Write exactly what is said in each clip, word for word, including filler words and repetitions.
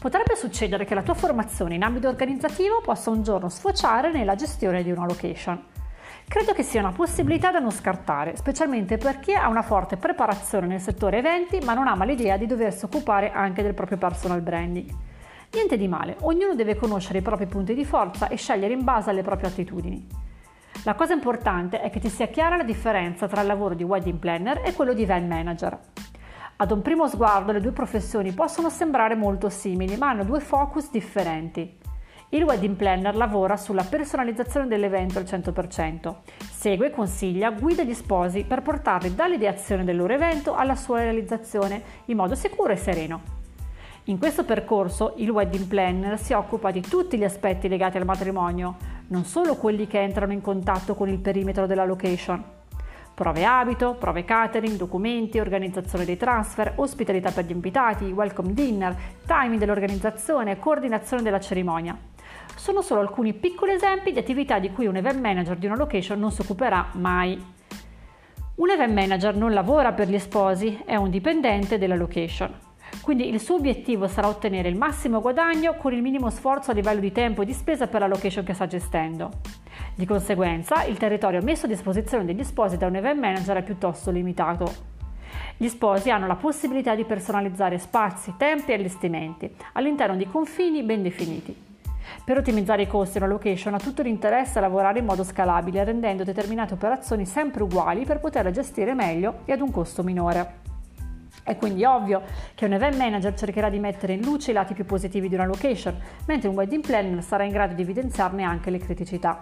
Potrebbe succedere che la tua formazione in ambito organizzativo possa un giorno sfociare nella gestione di una location. Credo che sia una possibilità da non scartare, specialmente per chi ha una forte preparazione nel settore eventi ma non ama l'idea di doversi occupare anche del proprio personal branding. Niente di male, ognuno deve conoscere i propri punti di forza e scegliere in base alle proprie attitudini. La cosa importante è che ti sia chiara la differenza tra il lavoro di wedding planner e quello di event manager. Ad un primo sguardo le due professioni possono sembrare molto simili, ma hanno due focus differenti. Il wedding planner lavora sulla personalizzazione dell'evento al cento per cento. Segue, consiglia, guida gli sposi per portarli dall'ideazione del loro evento alla sua realizzazione in modo sicuro e sereno. In questo percorso il wedding planner si occupa di tutti gli aspetti legati al matrimonio, non solo quelli che entrano in contatto con il perimetro della location. Prove abito, prove catering, documenti, organizzazione dei transfer, ospitalità per gli invitati, welcome dinner, timing dell'organizzazione, coordinazione della cerimonia. Sono solo alcuni piccoli esempi di attività di cui un event manager di una location non si occuperà mai. Un event manager non lavora per gli sposi, è un dipendente della location. Quindi il suo obiettivo sarà ottenere il massimo guadagno con il minimo sforzo a livello di tempo e di spesa per la location che sta gestendo. Di conseguenza, il territorio messo a disposizione degli sposi da un event manager è piuttosto limitato. Gli sposi hanno la possibilità di personalizzare spazi, tempi e allestimenti all'interno di confini ben definiti. Per ottimizzare i costi una location ha tutto l'interesse a lavorare in modo scalabile, rendendo determinate operazioni sempre uguali per poterle gestire meglio e ad un costo minore. È quindi ovvio che un event manager cercherà di mettere in luce i lati più positivi di una location, mentre un wedding planner sarà in grado di evidenziarne anche le criticità.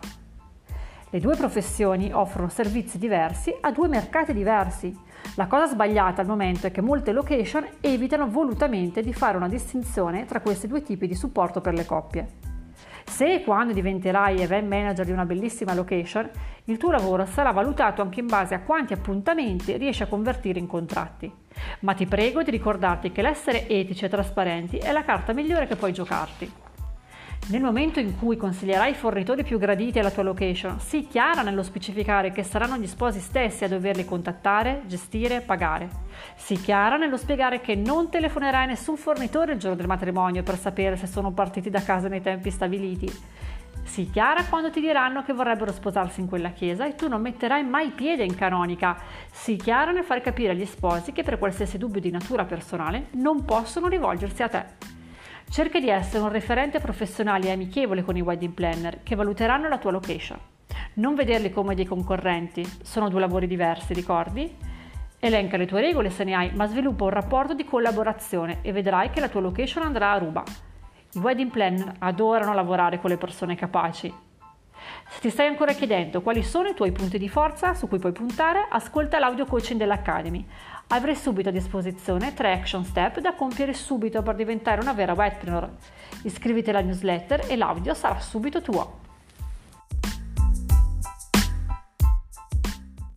Le due professioni offrono servizi diversi a due mercati diversi. La cosa sbagliata al momento è che molte location evitano volutamente di fare una distinzione tra questi due tipi di supporto per le coppie. Se e quando diventerai event manager di una bellissima location, il tuo lavoro sarà valutato anche in base a quanti appuntamenti riesci a convertire in contratti. Ma ti prego di ricordarti che l'essere etici e trasparenti è la carta migliore che puoi giocarti. Nel momento in cui consiglierai i fornitori più graditi alla tua location, sii chiara nello specificare che saranno gli sposi stessi a doverli contattare, gestire e pagare. Sii chiara nello spiegare che non telefonerai a nessun fornitore il giorno del matrimonio per sapere se sono partiti da casa nei tempi stabiliti. Sii chiara quando ti diranno che vorrebbero sposarsi in quella chiesa e tu non metterai mai piede in canonica. Sii chiara nel far capire agli sposi che per qualsiasi dubbio di natura personale non possono rivolgersi a te. Cerca di essere un referente professionale e amichevole con i wedding planner che valuteranno la tua location. Non vederli come dei concorrenti, sono due lavori diversi, ricordi? Elenca le tue regole se ne hai, ma sviluppa un rapporto di collaborazione e vedrai che la tua location andrà a ruba. I wedding planner adorano lavorare con le persone capaci. Se ti stai ancora chiedendo quali sono i tuoi punti di forza su cui puoi puntare, ascolta l'audio coaching dell'Academy. Avrai subito a disposizione tre action step da compiere subito per diventare una vera webpreneur. Iscriviti alla newsletter e l'audio sarà subito tuo.